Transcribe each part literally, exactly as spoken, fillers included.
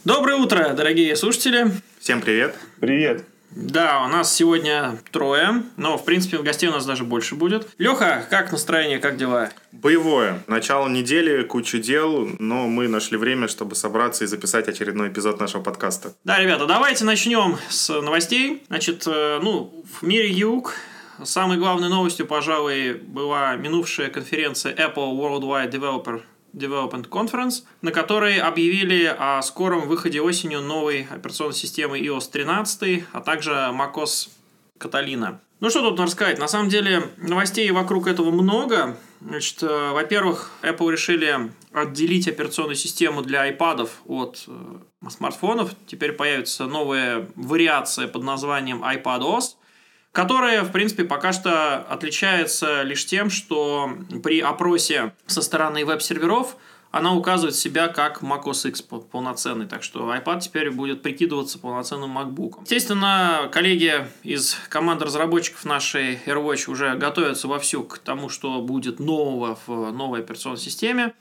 Доброе утро, дорогие слушатели. Всем привет. Привет. Да, у нас сегодня трое, но, в принципе, гостей у нас даже больше будет. Леха, как настроение, как дела? Боевое. Начало недели, куча дел, но мы нашли время, чтобы собраться и записать очередной эпизод нашего подкаста. Да, ребята, давайте начнем с новостей. Значит, ну, в мире юг самой главной новостью, пожалуй, была минувшая конференция Apple Worldwide Developer Development Conference, на которой объявили о скором выходе осенью новой операционной системы ай о эс тринадцать, а также macOS Catalina. Ну что тут рассказать? На самом деле новостей вокруг этого много. Значит, во-первых, Apple решили отделить операционную систему для iPad'ов от э, смартфонов. Теперь появится новая вариация под названием iPadOS, которая, в принципе, пока что отличается лишь тем, что при опросе со стороны веб-серверов она указывает себя как macOS X полноценный, так что iPad теперь будет прикидываться полноценным MacBook. Естественно, коллеги из команды разработчиков нашей AirWatch уже готовятся вовсю к тому, что будет нового в новой операционной системе.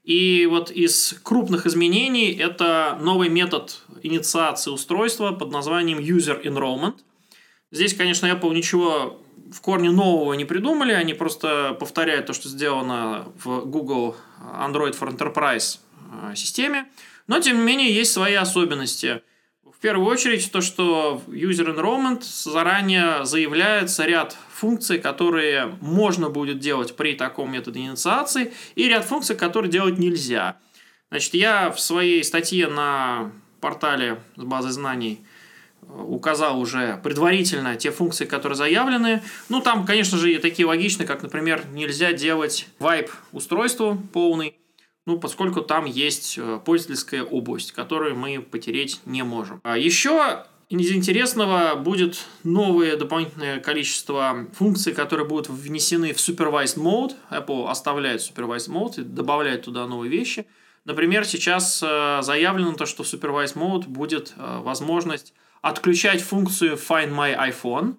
И вот из крупных изменений это новый метод инициации устройства под названием User Enrollment. Здесь, конечно, Apple ничего в корне нового не придумали, они просто повторяют то, что сделано в Google Android for Enterprise системе, но, тем не менее, есть свои особенности. В первую очередь, то, что в User Enrollment заранее заявляется ряд функций, которые можно будет делать при таком методе инициации, и ряд функций, которые делать нельзя. Значит, я в своей статье на портале с базой знаний указал уже предварительно те функции, которые заявлены. Ну, там, конечно же, и такие логичные, как, например, нельзя делать вайп устройству полный, ну, поскольку там есть пользовательская область, которую мы потереть не можем. А еще из интересного будет новое дополнительное количество функций, которые будут внесены в Supervised Mode. Apple оставляет Supervised Mode и добавляет туда новые вещи. Например, сейчас заявлено то, что в Supervised Mode будет возможность отключать функцию Find My iPhone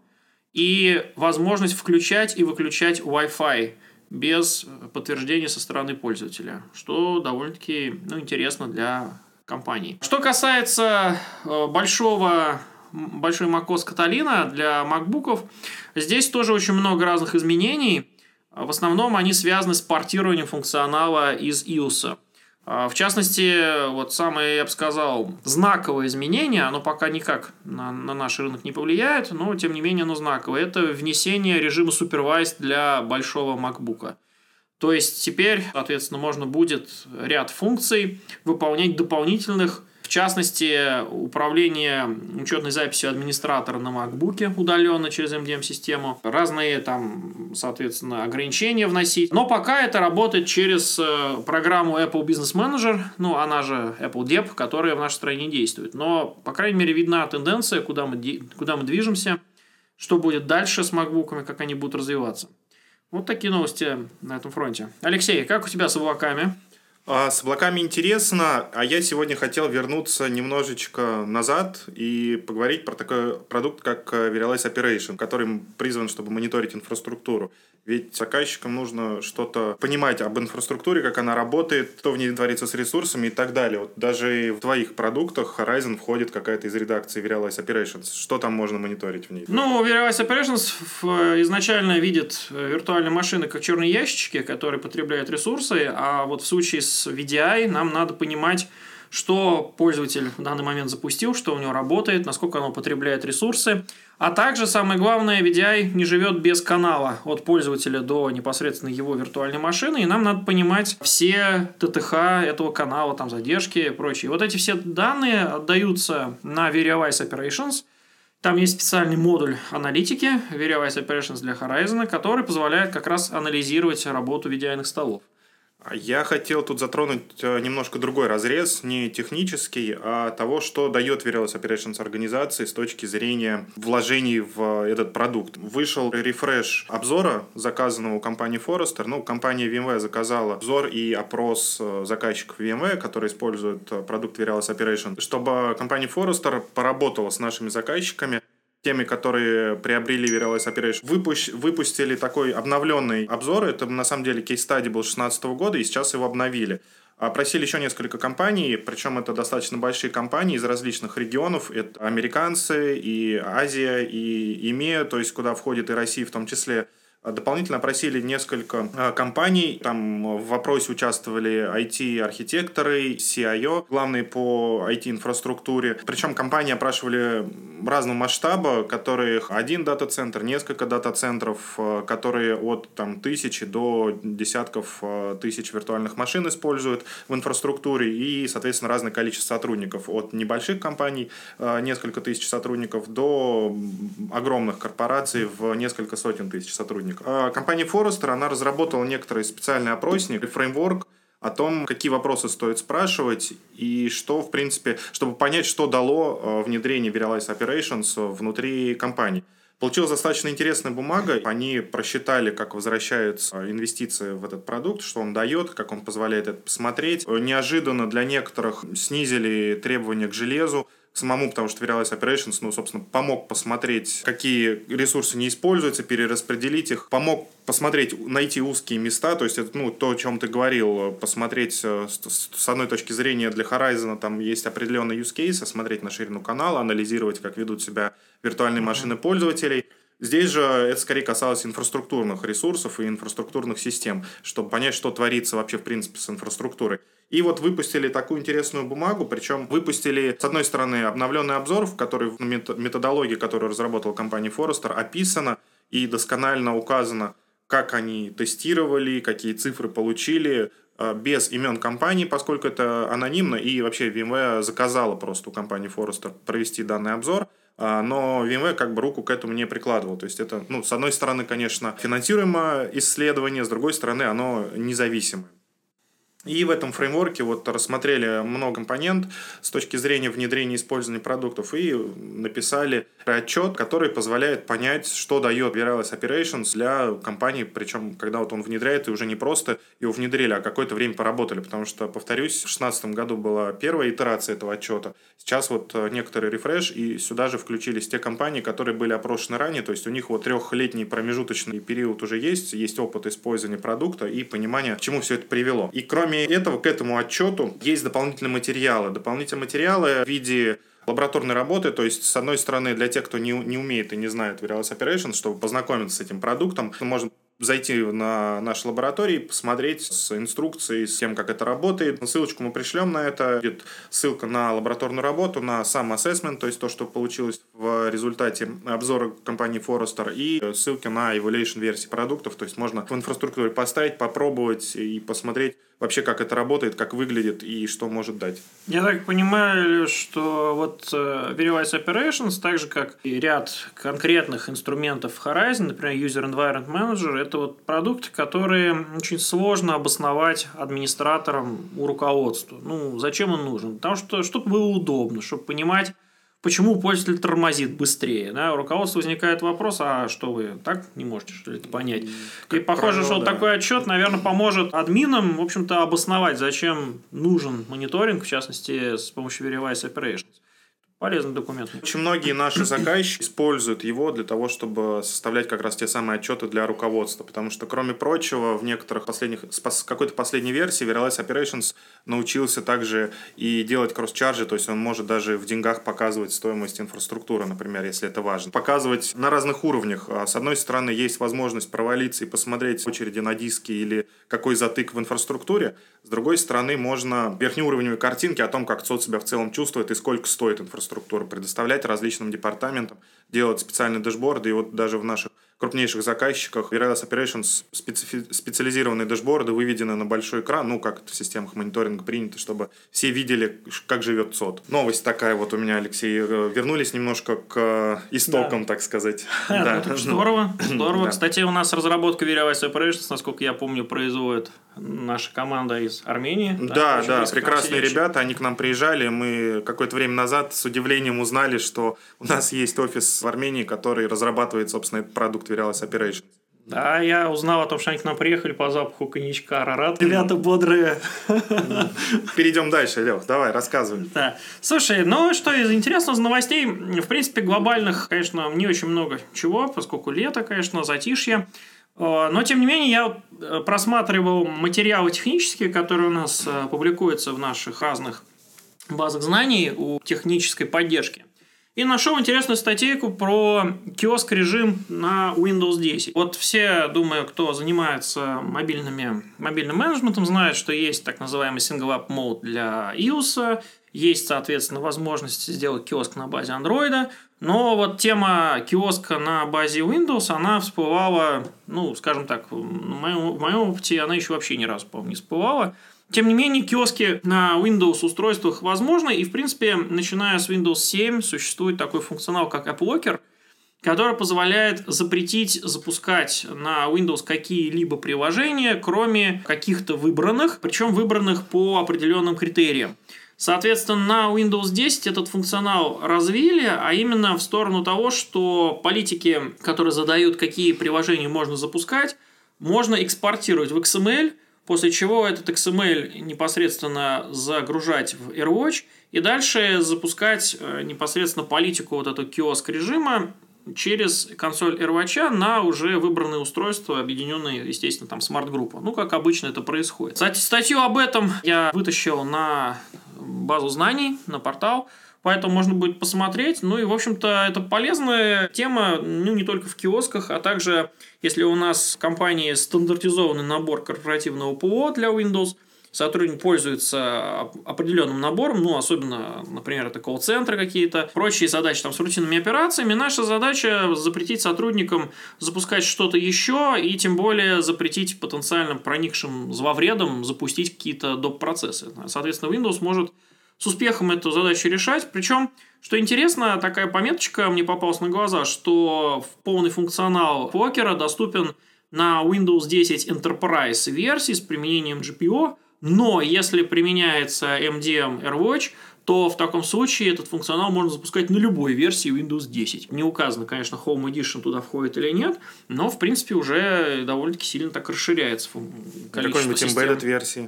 и возможность включать и выключать Wi-Fi без подтверждения со стороны пользователя, что довольно-таки ну, интересно для компании. Что касается большого, большой macOS Catalina для MacBook'ов, здесь тоже очень много разных изменений. В основном они связаны с портированием функционала из iOS. В частности, вот самое, я бы сказал, знаковое изменение, оно пока никак на, на наш рынок не повлияет, но, тем не менее, оно знаковое. Это внесение режима Supervised для большого MacBook'а. То есть, теперь, соответственно, можно будет ряд функций выполнять дополнительных, в частности, управление учетной записью администратора на MacBook'е удаленно через эм ди эм-систему, разные там, соответственно, ограничения вносить. Но пока это работает через программу Apple Business Manager, ну, она же Apple Dep, которая в нашей стране действует. Но, по крайней мере, видна тенденция, куда мы, куда мы движемся, что будет дальше с MacBook'ами, как они будут развиваться. Вот такие новости на этом фронте. Алексей, как у тебя с облаками? А с облаками интересно, а я сегодня хотел вернуться немножечко назад и поговорить про такой продукт, как Virtualized Operation, который призван, чтобы мониторить инфраструктуру. Ведь заказчикам нужно что-то понимать об инфраструктуре, как она работает, что в ней творится с ресурсами и так далее. Вот даже в твоих продуктах Horizon входит какая-то из редакций Virtualized Operations. Что там можно мониторить в ней? Ну, Virtualized Operations изначально видит виртуальные машины как черные ящички, которые потребляют ресурсы, а вот в случае с ви ди ай нам надо понимать, что пользователь в данный момент запустил, что у него работает, насколько оно потребляет ресурсы. А также, самое главное, ви ди ай не живет без канала от пользователя до непосредственно его виртуальной машины, и нам надо понимать все тэ тэ ха этого канала, там задержки и прочее. Вот эти все данные отдаются на Virtualized Operations. Там есть специальный модуль аналитики Virtualized Operations для Horizon, который позволяет как раз анализировать работу ви ди ай-ных столов. Я хотел тут затронуть немножко другой разрез, не технический, а того, что дает Virtualized Operations организации с точки зрения вложений в этот продукт. Вышел рефреш обзора, заказанного у компании Forrester. Ну, компания VMware заказала обзор и опрос заказчиков VMware, которые используют продукт Virtualized Operations, чтобы компания Forrester поработала с нашими заказчиками, теми, которые приобрели Virtualized Operations, выпущ, выпустили такой обновленный обзор. Это, на самом деле, кейс-стади был две тысячи шестнадцатого года, и сейчас его обновили. Опросили еще несколько компаний, причем это достаточно большие компании из различных регионов. Это американцы, и Азия, и ИМЕА, то есть куда входит и Россия в том числе. Дополнительно опросили несколько компаний. Там в вопросе участвовали ай ти-архитекторы, си ай о, главные по ай ти-инфраструктуре. Причем компании опрашивали разного масштаба, которых один дата-центр, несколько дата-центров, которые от там, тысячи до десятков тысяч виртуальных машин используют в инфраструктуре. И, соответственно, разное количество сотрудников. От небольших компаний, несколько тысяч сотрудников, до огромных корпораций в несколько сотен тысяч сотрудников. Компания Forrester, она разработала некоторый специальный опросник, фреймворк о том, какие вопросы стоит спрашивать и что, в принципе, чтобы понять, что дало внедрение Verialize Operations внутри компании. Получилась достаточно интересная бумага. Они просчитали, как возвращаются инвестиции в этот продукт, что он дает, как он позволяет это посмотреть. Неожиданно для некоторых снизили требования к железу, самому, потому что Verialize Operations, ну, собственно, помог посмотреть, какие ресурсы не используются, перераспределить их, помог посмотреть, найти узкие места, то есть это, ну, то, о чем ты говорил, посмотреть с одной точки зрения для Horizon там есть определенный use case, смотреть на ширину канала, анализировать, как ведут себя виртуальные машины пользователей. Здесь же это скорее касалось инфраструктурных ресурсов и инфраструктурных систем, чтобы понять, что творится вообще в принципе с инфраструктурой. И вот выпустили такую интересную бумагу, причем выпустили, с одной стороны, обновленный обзор, в который в методологии, которую разработала компания Forrester, описано и досконально указано, как они тестировали, какие цифры получили, без имен компаний, поскольку это анонимно, и вообще VMware заказала просто у компании Forrester провести данный обзор. Но VMware как бы руку к этому не прикладывал. То есть это, ну, с одной стороны, конечно, финансируемое исследование, с другой стороны, оно независимое. И в этом фреймворке вот рассмотрели много компонент с точки зрения внедрения и использования продуктов и написали отчет, который позволяет понять, что дает Verialize Operations для компании, причем когда вот он внедряет, и уже не просто его внедрили, а какое-то время поработали, потому что, повторюсь, в две тысячи шестнадцатом году была первая итерация этого отчета, сейчас вот некоторый рефреш, и сюда же включились те компании, которые были опрошены ранее, то есть у них вот трехлетний промежуточный период уже есть, есть опыт использования продукта и понимание, к чему все это привело. И кроме этого, к этому отчету есть дополнительные материалы. Дополнительные материалы в виде лабораторной работы, то есть, с одной стороны, для тех, кто не, не умеет и не знает Verialize Operations, чтобы познакомиться с этим продуктом, можно зайти на наши лаборатории, посмотреть с инструкцией, с тем, как это работает. Ссылочку мы пришлем на это. Будет ссылка на лабораторную работу, на сам ассессмент, то есть то, что получилось в результате обзора компании Forrester, и ссылки на evaluation версии продуктов. То есть можно в инфраструктуре поставить, попробовать и посмотреть вообще, как это работает, как выглядит и что может дать. Я так понимаю, что вот Verialize Operations, так же как и ряд конкретных инструментов в Horizon, например, User Environment Manager, это вот продукты, которые очень сложно обосновать администраторам у руководства. Ну, зачем он нужен? Потому что, чтобы было удобно, чтобы понимать, почему пользователь тормозит быстрее. Да? У руководства возникает вопрос, а что вы так не можете что ли это понять? И похоже, правило, что да. Такой отчет, наверное, поможет админам, в общем-то, обосновать, зачем нужен мониторинг, в частности, с помощью Verialize Operations. Полезный документ. Очень многие наши заказчики используют его для того, чтобы составлять как раз те самые отчеты для руководства. Потому что, кроме прочего, в некоторых последних, с какой-то последней версии Verialize Operations научился также и делать кросс-чарджи, то есть он может даже в деньгах показывать стоимость инфраструктуры, например, если это важно. Показывать на разных уровнях. С одной стороны, есть возможность провалиться и посмотреть в очереди на диски или какой затык в инфраструктуре. С другой стороны, можно верхнеуровневые картинки о том, как СОТ себя в целом чувствует и сколько стоит инфраструктура, предоставлять различным департаментам, делать специальные дэшборды. И вот даже в наших крупнейших заказчиках Verialize Operations специфи- специализированные дэшборды выведены на большой экран, ну, как это в системах мониторинга принято, чтобы все видели, как живет СОТ. Новость такая вот у меня, Алексей. Вернулись немножко к истокам, да. так сказать. Да, да. Здорово, здорово. Да. Кстати, у нас разработка Verialize Operations, насколько я помню, производит наша команда из Армении. Да, да, да прекрасные ребята, они к нам приезжали, мы какое-то время назад с удивлением узнали, что у нас есть офис в Армении, который разрабатывает, собственно, этот продукт Verialize Operations. Да, я узнал о том, что они к нам приехали по запаху коньячка Арарат. Ребята бодрые. Перейдем дальше, Лев, давай, рассказывай. Да. Слушай, ну что из интересного, из новостей, в принципе, глобальных, конечно, не очень много чего, поскольку лето, конечно, затишье. Но, тем не менее, я просматривал материалы технические, которые у нас публикуются в наших разных базах знаний у технической поддержки. И нашел интересную статейку про киоск-режим на Windows десять. Вот все, думаю, кто занимается мобильными, мобильным менеджментом, знают, что есть так называемый Single App Mode для iOS, есть, соответственно, возможность сделать киоск на базе Android, но вот тема киоска на базе Windows, она всплывала, ну, скажем так, в моем, в моем опыте она еще вообще ни разу, по-моему, не всплывала. Тем не менее, киоски на Windows устройствах возможны, и, в принципе, начиная с Windows семь существует такой функционал, как App Locker, который позволяет запретить запускать на Windows какие-либо приложения, кроме каких-то выбранных, причем выбранных по определенным критериям. Соответственно, на Windows десять этот функционал развили, а именно в сторону того, что политики, которые задают, какие приложения можно запускать, можно экспортировать в икс эм эль, после чего этот икс эм эль непосредственно загружать в AirWatch и дальше запускать непосредственно политику вот этого киоск-режима через консоль AirWatch на уже выбранные устройства, объединенные, естественно, там смарт-группа. Ну, как обычно это происходит. Кстати, статью об этом я вытащил на базу знаний, на портал, поэтому можно будет посмотреть. Ну и, в общем-то, это полезная тема, ну, не только в киосках, а также, если у нас в компании стандартизованный набор корпоративного ПО для Windows, сотрудник пользуется определенным набором, ну, особенно, например, это колл-центры какие-то, прочие задачи там с рутинными операциями. Наша задача запретить сотрудникам запускать что-то еще, и тем более запретить потенциально проникшим зловредам запустить какие-то доп-процессы. Соответственно, Windows может с успехом эту задачу решать. Причем, что интересно, такая пометочка мне попалась на глаза, что полный функционал покера доступен на Windows десять Enterprise версии с применением джи пи о, но если применяется эм ди эм AirWatch, то в таком случае этот функционал можно запускать на любой версии Windows десять. Не указано, конечно, Home Edition туда входит или нет, но, в принципе, уже довольно-таки сильно так расширяется количество какой-нибудь embedded версии.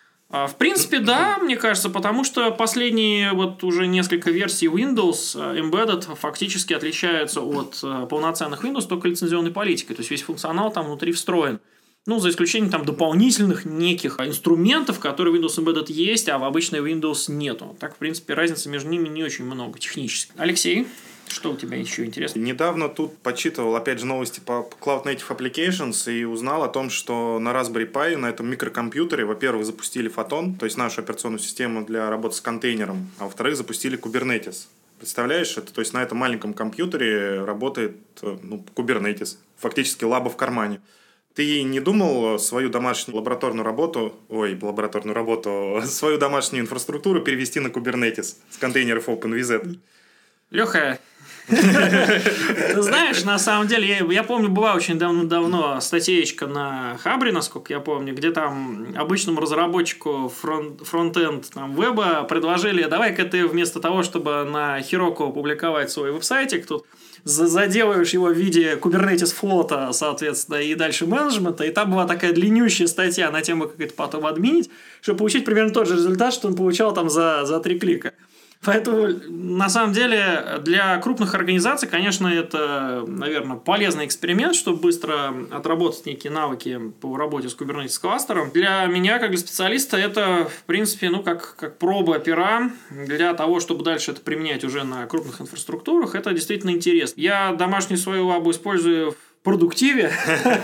В принципе, да, мне кажется, потому что последние вот уже несколько версий Windows Embedded фактически отличаются от полноценных Windows только лицензионной политикой. То есть, весь функционал там внутри встроен. Ну, за исключением там дополнительных неких инструментов, которые в Windows Embedded есть, а в обычной Windows нету. Так, в принципе, разницы между ними не очень много технически. Алексей, что у тебя еще интересно? Недавно тут почитывал, опять же, новости по Cloud Native Applications и узнал о том, что на Raspberry Pi, на этом микрокомпьютере, во-первых, запустили Photon, то есть нашу операционную систему для работы с контейнером, а во-вторых, запустили Kubernetes. Представляешь, это, то есть на этом маленьком компьютере работает, ну, Kubernetes, фактически лаба в кармане. Ты не думал свою домашнюю лабораторную работу, ой, лабораторную работу, свою домашнюю инфраструктуру перевести на Kubernetes с контейнеров OpenVZ? Леха, ты знаешь, на самом деле, я, я помню, была очень давно-давно статейка на Хабре, насколько я помню, где там обычному разработчику фронт, фронт-энд там, веба предложили, давай-ка ты вместо того, чтобы на Heroku публиковать свой веб-сайтик, тут заделаешь его в виде Kubernetes флота, соответственно, и дальше менеджмента, и там была такая длиннющая статья на тему, как это потом админить, чтобы получить примерно тот же результат, что он получал там за, за три клика. Поэтому, на самом деле, для крупных организаций, конечно, это, наверное, полезный эксперимент, чтобы быстро отработать некие навыки по работе с Kubernetes кластером. Для меня, как для специалиста, это, в принципе, ну, как, как проба пера для того, чтобы дальше это применять уже на крупных инфраструктурах. Это действительно интересно. Я домашнюю свою лабу использую в продуктиве.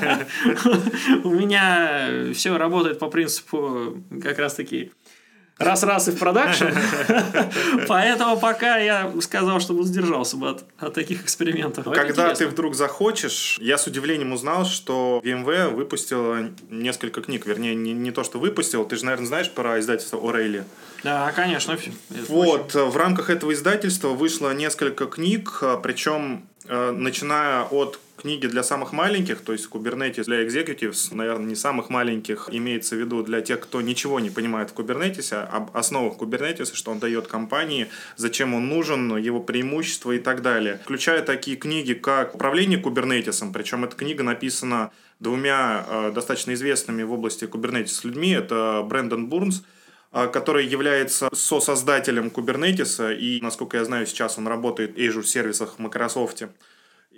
У меня все работает по принципу как раз-таки раз-раз и в продакшн. Поэтому пока я сказал, что воздержался бы от, от таких экспериментов. Когда ты вдруг захочешь, я с удивлением узнал, что VMware выпустила несколько книг. Вернее, не, не то, что выпустил. Ты же, наверное, знаешь про издательство O'Reilly. Да, конечно. Вот, в рамках этого издательства вышло несколько книг, причем начиная от книги для самых маленьких, то есть Kubernetes для executives, наверное, не самых маленьких, имеется в виду для тех, кто ничего не понимает в Kubernetes, об основах Kubernetes, что он дает компании, зачем он нужен, его преимущества и так далее. Включая такие книги, как «Управление Kubernetes», причем эта книга написана двумя э, достаточно известными в области Kubernetes людьми, это Брэндон Бурнс, который является сосоздателем Kubernetes, и, насколько я знаю, сейчас он работает в Azure сервисах в Microsoft.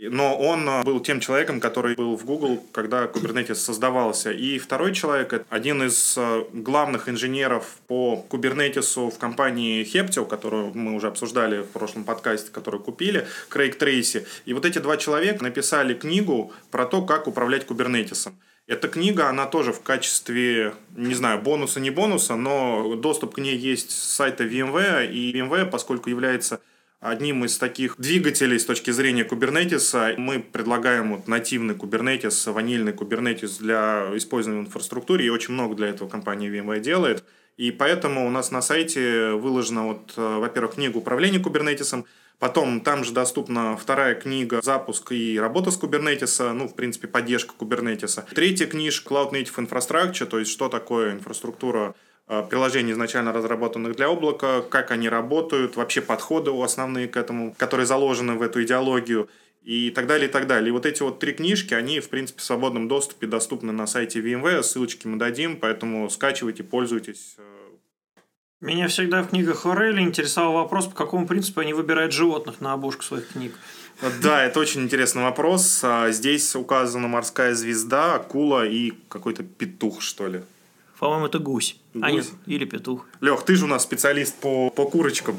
Но он был тем человеком, который был в Google, когда Kubernetes создавался. И второй человек, один из главных инженеров по Kubernetes в компании Heptio, которую мы уже обсуждали в прошлом подкасте, которую купили, Крейг Трейси. И вот эти два человека написали книгу про то, как управлять Kubernetes. Эта книга, она тоже в качестве, не знаю, бонуса, не бонуса, но доступ к ней есть с сайта VMware. И VMware, поскольку является одним из таких двигателей с точки зрения Kubernetes, мы предлагаем вот нативный Kubernetes, ванильный Kubernetes для использования в инфраструктуре, и очень много для этого компания VMware делает. И поэтому у нас на сайте выложена, вот, во-первых, книга управления Kubernetes, потом там же доступна вторая книга «Запуск и работа с Kubernetes», ну, в принципе, поддержка Kubernetes. Третья книжка «Cloud Native Infrastructure», то есть что такое инфраструктура приложений, изначально разработанных для облака, как они работают, вообще подходы основные к этому, которые заложены в эту идеологию, и так далее, и так далее. И вот эти вот три книжки, они, в принципе, в свободном доступе доступны на сайте VMware, ссылочки мы дадим, поэтому скачивайте, пользуйтесь. Меня всегда в книгах Орелли интересовал вопрос, по какому принципу они выбирают животных на обложку своих книг. Да, это очень интересный вопрос. Здесь указана морская звезда, акула и какой-то петух, что ли. По-моему, это гусь. гусь. А нет, или петух. Лех, ты же у нас специалист по, по курочкам.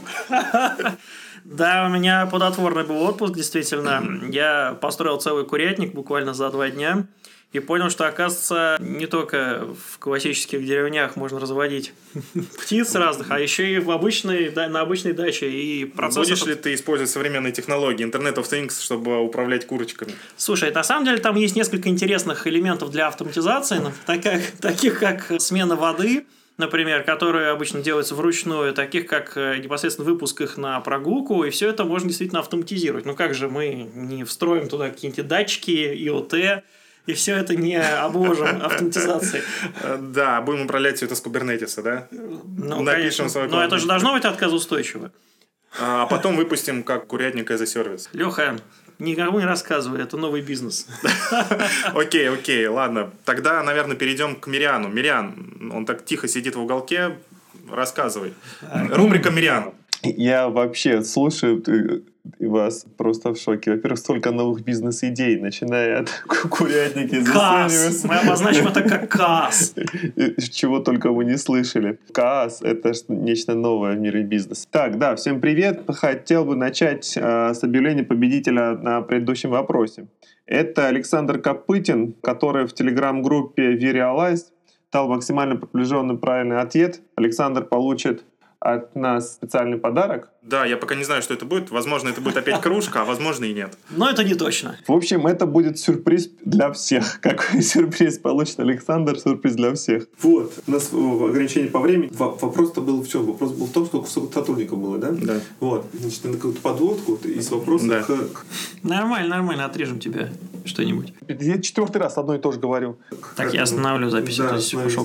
Да, у меня плодотворный был отпуск, действительно. Я построил целый курятник буквально за два дня и понял, что, оказывается, не только в классических деревнях можно разводить птиц разных, а еще и в обычной, на обычной даче. И процесс Будешь этот... ли ты использовать современные технологии, Internet of Things, чтобы управлять курочками? Слушай, на самом деле там есть несколько интересных элементов для автоматизации, таких как смена воды, например, которые обычно делаются вручную, таких как непосредственно выпуск их на прогулку, и все это можно действительно автоматизировать. Ну как же мы не встроим туда какие-нибудь датчики, IoT, и все это не обложим автоматизацией. Да, будем управлять все это с Kubernetes, да? Ну, напишем свой Но это же должно быть отказоустойчиво. А потом выпустим как курятник as a service. Леха, никому не рассказывай, это новый бизнес. Окей, окей, ладно. Тогда, наверное, перейдем к Мириану. Мириан, он так тихо сидит в уголке. Рассказывай. Рубрика Мириан. Я вообще слушаю вас просто в шоке. Во-первых, столько новых бизнес-идей, начиная от курятники. КААС! Мы обозначим это как КААС. Чего только вы не слышали. КААС — это нечто новое в мире бизнеса. Так, да, всем привет. Хотел бы начать э, с объявления победителя на предыдущем вопросе. Это Александр Копытин, который в телеграм-группе VeRealize дал максимально приближенный правильный ответ. Александр получит от нас специальный подарок. Да, я пока не знаю, что это будет. Возможно, это будет опять кружка, а возможно и нет. Но это не точно. В общем, это будет сюрприз для всех. Какой сюрприз получит Александр, сюрприз для всех. Вот. У нас ограничение по времени. Вопрос-то был в чем? Вопрос был в том, сколько сотрудников было, да? Да. Вот. Значит, на какую-то подводку из вопросов да. к... Нормально, нормально. Отрежем тебя что-нибудь. Я четвертый раз одно и то же говорю. Так, я останавливаю запись. Да, пошел.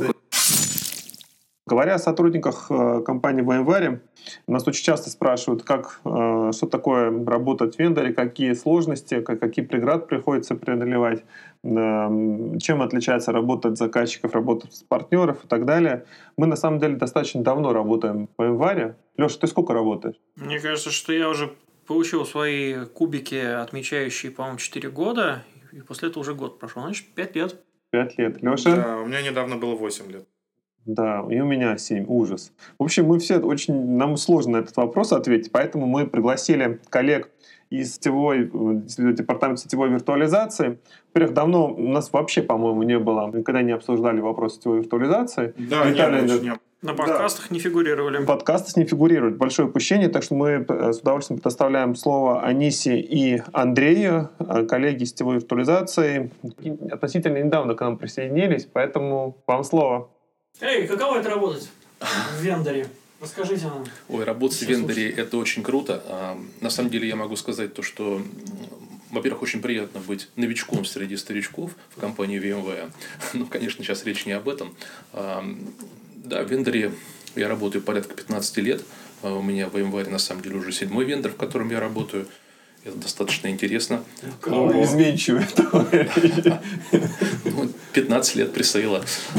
Говоря о сотрудниках э, компании VMware, нас очень часто спрашивают, как, э, что такое работать в вендоре, какие сложности, как, какие преграды приходится преодолевать, э, чем отличается работа от заказчиков, работа с партнеров и так далее. Мы на самом деле достаточно давно работаем в VMware. Леша, ты сколько работаешь? Мне кажется, что я уже получил свои кубики, отмечающие, по-моему, четыре года, и после этого уже год прошел. Значит, пять лет. пять лет. Леша? Да, у меня недавно было восемь лет. Да, и у меня семь. Ужас. В общем, мы все очень... Нам сложно на этот вопрос ответить, поэтому мы пригласили коллег из сетевой, из департамента сетевой виртуализации. Во-первых, давно у нас вообще, по-моему, не было, никогда не обсуждали вопрос сетевой виртуализации. Да, Виталий, нет, нет. На подкастах да. не фигурировали. Подкасты не фигурируют. Большое упущение, так что мы с удовольствием предоставляем слово Анисе и Андрею, коллеги из сетевой виртуализации. Относительно недавно к нам присоединились, поэтому вам слово. Эй, каково это работать в вендоре? Расскажите нам. Ой, работать в вендоре – это очень круто. А, на самом деле я могу сказать то, что, во-первых, очень приятно быть новичком среди старичков в компании VMware. Ну, конечно, сейчас речь не об этом. А, да, в вендоре я работаю порядка пятнадцать лет. А у меня в VMware на самом деле уже седьмой вендор, в котором я работаю. Это достаточно интересно. Изменчиво. пятнадцать лет присыло.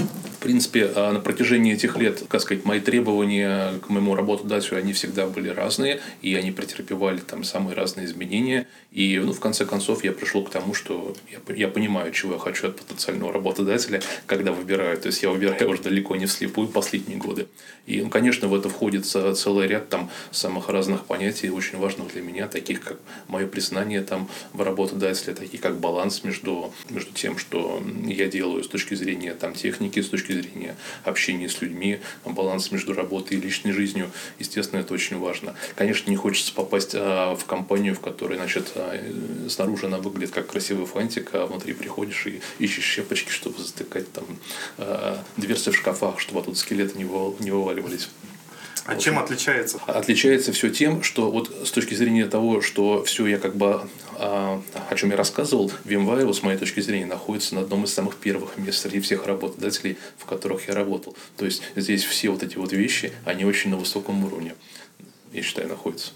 принципе, на протяжении этих лет, как сказать, мои требования к моему работодателю, они всегда были разные, и они претерпевали там самые разные изменения. И, ну, в конце концов, я пришел к тому, что я, я понимаю, чего я хочу от потенциального работодателя, когда выбираю. То есть, я выбираю уже далеко не вслепую последние годы. И, ну, конечно, в это входит целый ряд там самых разных понятий, очень важных для меня, таких как мое признание там в работодателе, такие как баланс между, между тем, что я делаю с точки зрения там, техники, с точки зрения общения с людьми, баланс между работой и личной жизнью. Естественно, это очень важно. Конечно, не хочется попасть а, в компанию, в которой, значит, а, снаружи она выглядит как красивый фантик, а внутри приходишь и ищешь щепочки, чтобы затыкать там а, дверцы в шкафах, чтобы оттуда скелеты не, вы, не вываливались. А вот. Чем отличается? Отличается все тем, что вот с точки зрения того, что все я как бы, о чем я рассказывал, VMware, вот с моей точки зрения, находится на одном из самых первых мест среди всех работодателей, в которых я работал. То есть, здесь все вот эти вот вещи, они очень на высоком уровне, я считаю, находятся.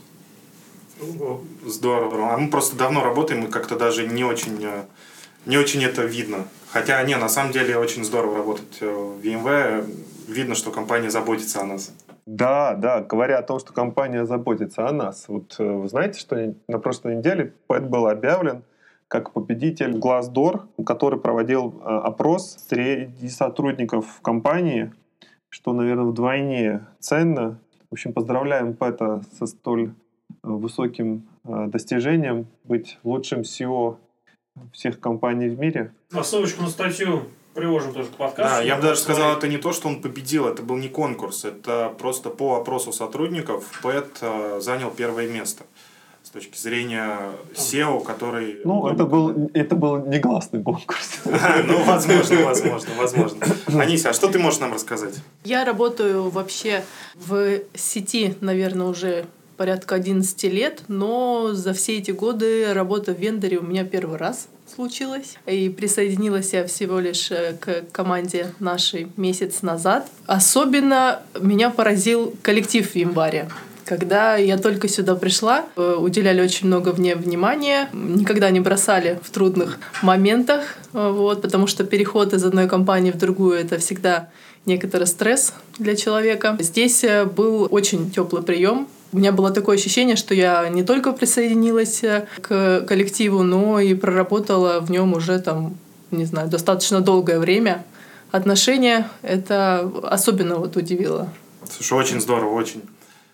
Здорово. А мы просто давно работаем, и как-то даже не очень, не очень это видно. Хотя, не, на самом деле, очень здорово работать в VMware. Видно, что компания заботится о нас. Да, да, говоря о том, что компания заботится о нас. Вот вы знаете, что на прошлой неделе Пэт был объявлен как победитель Glassdoor, который проводил опрос среди сотрудников компании, что, наверное, вдвойне ценно. В общем, поздравляем Пэта со столь высоким достижением быть лучшим си и о всех компаний в мире. А ссылочку на статью приложим тоже к подкасту. Да, я бы даже сказал, это не то, что он победил, это был не конкурс, это просто по опросу сотрудников Пэт занял первое место с точки зрения си и о, который... Ну, это был, это был негласный конкурс. Ну, возможно, возможно, возможно. Анися, а что ты можешь нам рассказать? Я работаю вообще в сети, наверное, уже порядка одиннадцать лет, но за все эти годы работа в вендоре у меня первый раз случилось. И присоединилась я всего лишь к команде нашей месяц назад. Особенно меня поразил коллектив в VMware. Когда я только сюда пришла, уделяли очень много мне внимания, никогда не бросали в трудных моментах, вот, потому что переход из одной компании в другую — это всегда некоторый стресс для человека. Здесь был очень теплый прием. У меня было такое ощущение, что я не только присоединилась к коллективу, но и проработала в нем уже там, не знаю, достаточно долгое время. Отношения — это особенно вот удивило. Слушай, очень здорово, очень.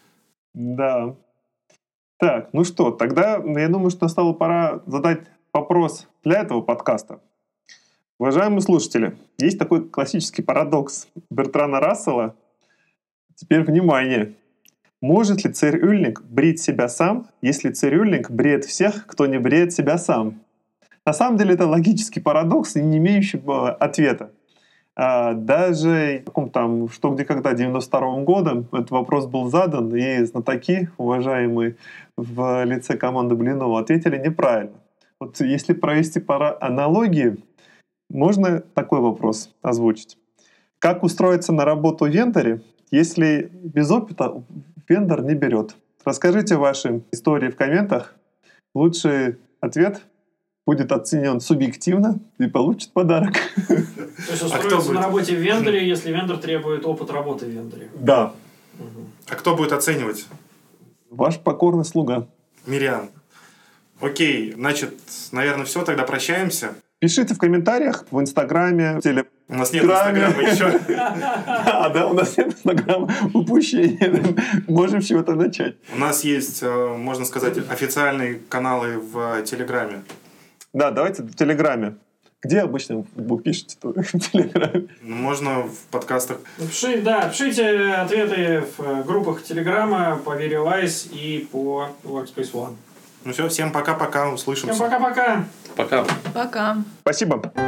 Да. Так, ну что, тогда я думаю, что настала пора задать вопрос для этого подкаста. Уважаемые слушатели, есть такой классический парадокс Бертрана Рассела. Теперь внимание. Может ли цирюльник брить себя сам, если цирюльник бреет всех, кто не бреет себя сам? На самом деле это логический парадокс, не имеющий ответа. Даже в каком там «Что, где, когда» девяносто втором году этот вопрос был задан, и знатоки, уважаемые в лице команды Блинова, ответили неправильно. Вот если провести пара аналогии, можно такой вопрос озвучить. Как устроиться на работу в вендоре, если без опыта вендор не берет? Расскажите ваши истории в комментах. Лучший ответ будет оценен субъективно и получит подарок. То есть устроиться а на работе в вендоре, если вендор требует опыт работы в вендоре? Да. Угу. А кто будет оценивать? Ваш покорный слуга. Мириан. Окей, значит, наверное, все, тогда прощаемся. Пишите в комментариях в Инстаграме, в Телеграме. У нас нет Инстаграма еще. А, да, у нас нет Инстаграма. Упущение. Можем с чего-то начать. У нас есть, можно сказать, официальные каналы в Телеграме. Да, давайте в Телеграме. Где обычно вы пишете в Телеграме? Ну, можно в подкастах. Пишите, да, пишите ответы в группах Телеграма по VeriWise и по Workspace ONE. Ну все, всем пока-пока, услышимся. Всем пока-пока. Пока. Пока. Спасибо.